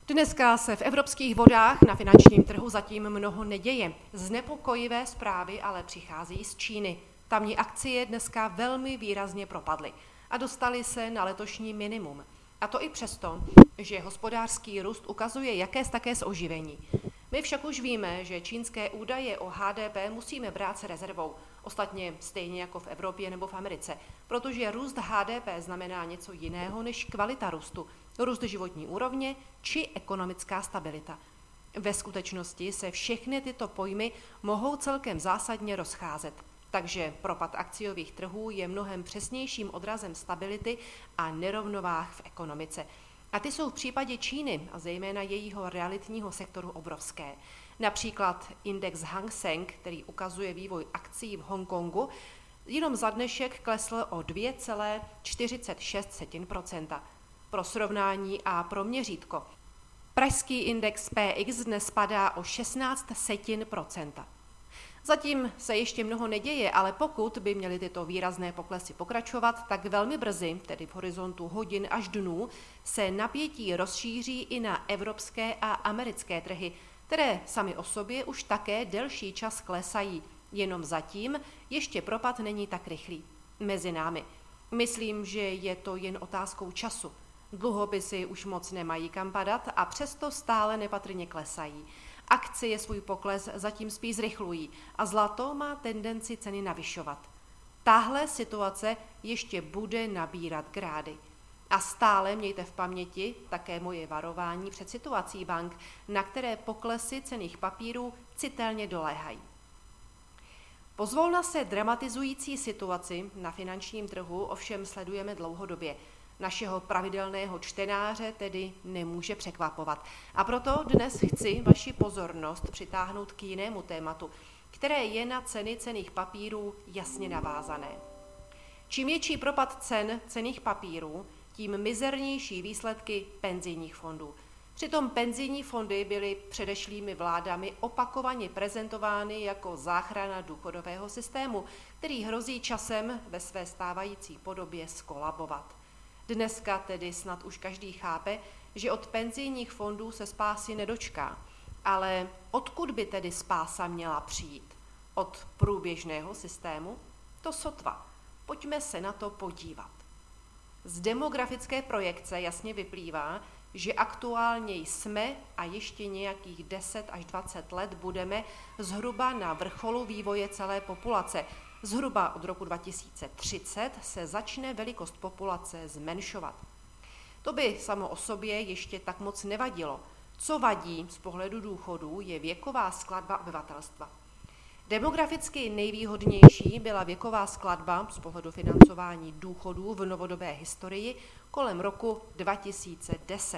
Dneska se v evropských vodách na finančním trhu zatím mnoho neděje. Znepokojivé zprávy ale přichází z Číny. Tamní akcie dneska velmi výrazně propadly a dostaly se na letošní minimum. A to i přesto, že hospodářský růst ukazuje jakési také oživení. My však už víme, že čínské údaje o HDP musíme brát s rezervou. Ostatně stejně jako v Evropě nebo v Americe, protože růst HDP znamená něco jiného než kvalita růstu, růst životní úrovně či ekonomická stabilita. Ve skutečnosti se všechny tyto pojmy mohou celkem zásadně rozcházet, takže propad akciových trhů je mnohem přesnějším odrazem stability a nerovnováh v ekonomice. A ty jsou v případě Číny a zejména jejího realitního sektoru obrovské. Například index Hang Seng, který ukazuje vývoj akcií v Hongkongu, jenom za dnešek klesl o 2,46%. Pro srovnání a pro měřítko. Pražský index PX dnes padá o 16%. Zatím se ještě mnoho neděje, ale pokud by měly tyto výrazné poklesy pokračovat, tak velmi brzy, tedy v horizontu hodin až dnů, se napětí rozšíří i na evropské a americké trhy, které sami o sobě už také delší čas klesají. Jenom zatím ještě propad není tak rychlý. Mezi námi. Myslím, že je to jen otázkou času. Dluhopisy už moc nemají kam padat a přesto stále nepatrně klesají. Akcie svůj pokles zatím spíš zrychlují a zlato má tendenci ceny navyšovat. Tahle situace ještě bude nabírat grády. A stále mějte v paměti také moje varování před situací bank, na které poklesy cenných papírů citelně doléhají. Pozvolna se dramatizující situaci na finančním trhu ovšem sledujeme dlouhodobě. Našeho pravidelného čtenáře tedy nemůže překvapovat. A proto dnes chci vaši pozornost přitáhnout k jinému tématu, které je na ceny cenných papírů jasně navázané. Čím větší propad cen cenných papírů, tím mizernější výsledky penzijních fondů. Přitom penzijní fondy byly předešlými vládami opakovaně prezentovány jako záchrana důchodového systému, který hrozí časem ve své stávající podobě zkolabovat. Dneska tedy snad už každý chápe, že od penzijních fondů se spásy nedočká. Ale odkud by tedy spása měla přijít? Od průběžného systému? To sotva. Pojďme se na to podívat. Z demografické projekce jasně vyplývá, že aktuálně jsme a ještě nějakých 10 až 20 let budeme zhruba na vrcholu vývoje celé populace. Zhruba od roku 2030 se začne velikost populace zmenšovat. To by samo o sobě ještě tak moc nevadilo. Co vadí z pohledu důchodů je věková skladba obyvatelstva. Demograficky nejvýhodnější byla věková skladba z pohledu financování důchodů v novodobé historii kolem roku 2010.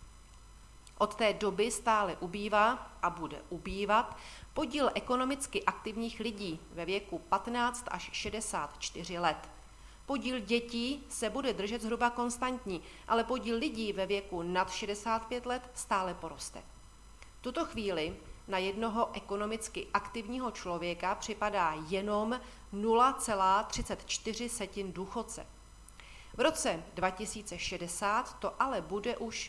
Od té doby stále ubývá a bude ubývat podíl ekonomicky aktivních lidí ve věku 15 až 64 let. Podíl dětí se bude držet zhruba konstantní, ale podíl lidí ve věku nad 65 let stále poroste. V tuto chvíli na jednoho ekonomicky aktivního člověka připadá jenom 0,34 důchodce. V roce 2060 to ale bude už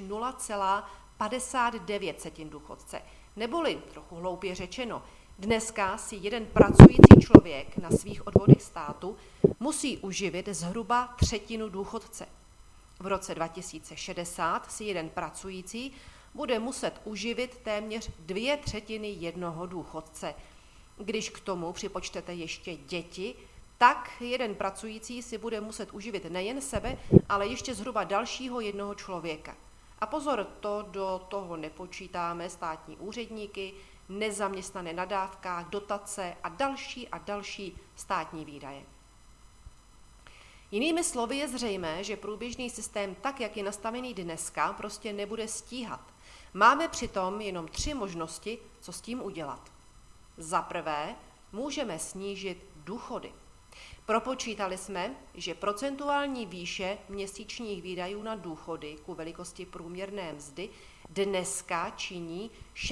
0,59 důchodce. Neboli, trochu hloupě řečeno, dneska si jeden pracující člověk na svých odvodech státu musí uživit zhruba třetinu důchodce. V roce 2060 si jeden pracující bude muset uživit téměř 2/3 jednoho důchodce. Když k tomu připočtete ještě děti, tak jeden pracující si bude muset uživit nejen sebe, ale ještě zhruba dalšího jednoho člověka. A pozor, to do toho nepočítáme státní úředníky, nezaměstnané na dávkách, dotace a další státní výdaje. Jinými slovy je zřejmé, že průběžný systém tak, jak je nastavený dneska, prostě nebude stíhat. Máme přitom jenom 3 možnosti, co s tím udělat. Za prvé, můžeme snížit důchody. Propočítali jsme, že procentuální výše měsíčních výdajů na důchody ku velikosti průměrné mzdy dneska činí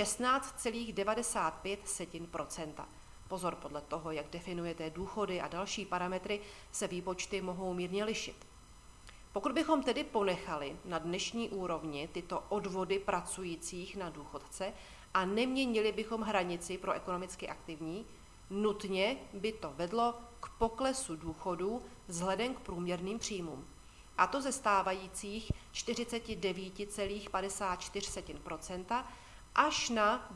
16,95%. Pozor, podle toho, jak definujete důchody a další parametry, se výpočty mohou mírně lišit. Pokud bychom tedy ponechali na dnešní úrovni tyto odvody pracujících na důchodce a neměnili bychom hranici pro ekonomicky aktivní, nutně by to vedlo k poklesu důchodů vzhledem k průměrným příjmům. A to ze stávajících 49,54% až na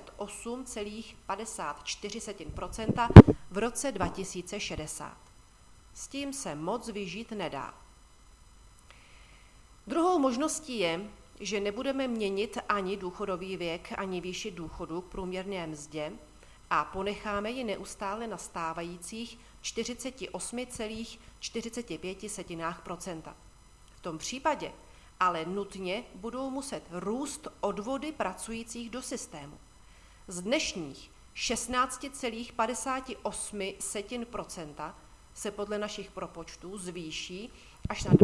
28,54% v roce 2060. S tím se moc vyžít nedá. Druhou možností je, že nebudeme měnit ani důchodový věk, ani výši důchodu k průměrné mzdě a ponecháme ji neustále na stávajících 48,45%. V tom případě ale nutně budou muset růst odvody pracujících do systému. Z dnešních 16,58% se podle našich propočtů zvýší až na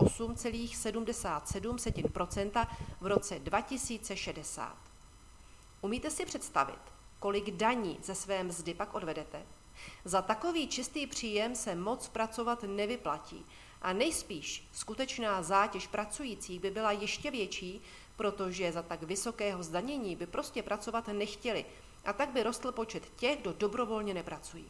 28,77% v roce 2060. Umíte si představit, kolik daní ze své mzdy pak odvedete? Za takový čistý příjem se moc pracovat nevyplatí a nejspíš skutečná zátěž pracujících by byla ještě větší, protože za tak vysokého zdanění by prostě pracovat nechtěli a tak by rostl počet těch, kdo dobrovolně nepracují.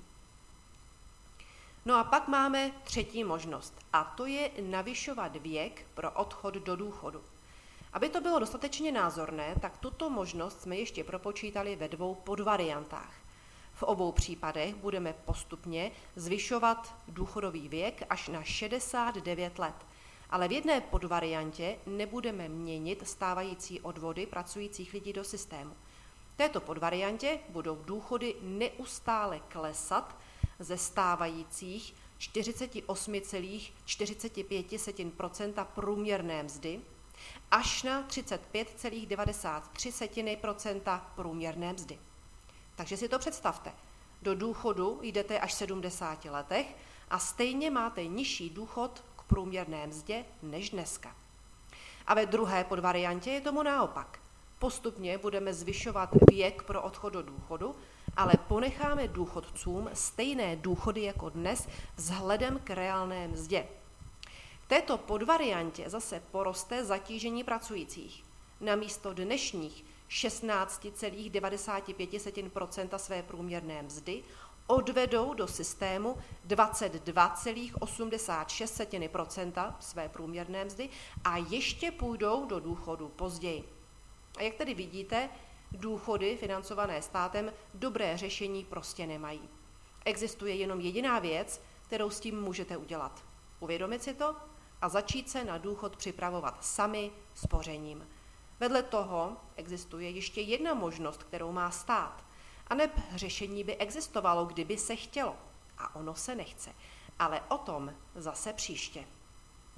No a pak máme třetí možnost a to je navyšovat věk pro odchod do důchodu. Aby to bylo dostatečně názorné, tak tuto možnost jsme ještě propočítali ve dvou podvariantách. V obou případech budeme postupně zvyšovat důchodový věk až na 69 let, ale v jedné podvariantě nebudeme měnit stávající odvody pracujících lidí do systému. V této podvariantě budou důchody neustále klesat ze stávajících 48,45% průměrné mzdy až na 35,93% průměrné mzdy. Takže si to představte. Do důchodu jdete až v 70 letech a stejně máte nižší důchod k průměrné mzdě než dneska. A ve druhé podvariantě je tomu naopak. Postupně budeme zvyšovat věk pro odchod do důchodu, ale ponecháme důchodcům stejné důchody jako dnes vzhledem k reálné mzdě. V této podvariantě zase poroste zatížení pracujících. Namísto dnešních 16,95% své průměrné mzdy odvedou do systému 22,86% své průměrné mzdy a ještě půjdou do důchodu později. A jak tedy vidíte, důchody financované státem dobré řešení prostě nemají. Existuje jenom jediná věc, kterou s tím můžete udělat. Uvědomit si to a začít se na důchod připravovat sami spořením. Vedle toho existuje ještě jedna možnost, kterou má stát. Aneb řešení by existovalo, kdyby se chtělo. A ono se nechce. Ale o tom zase příště.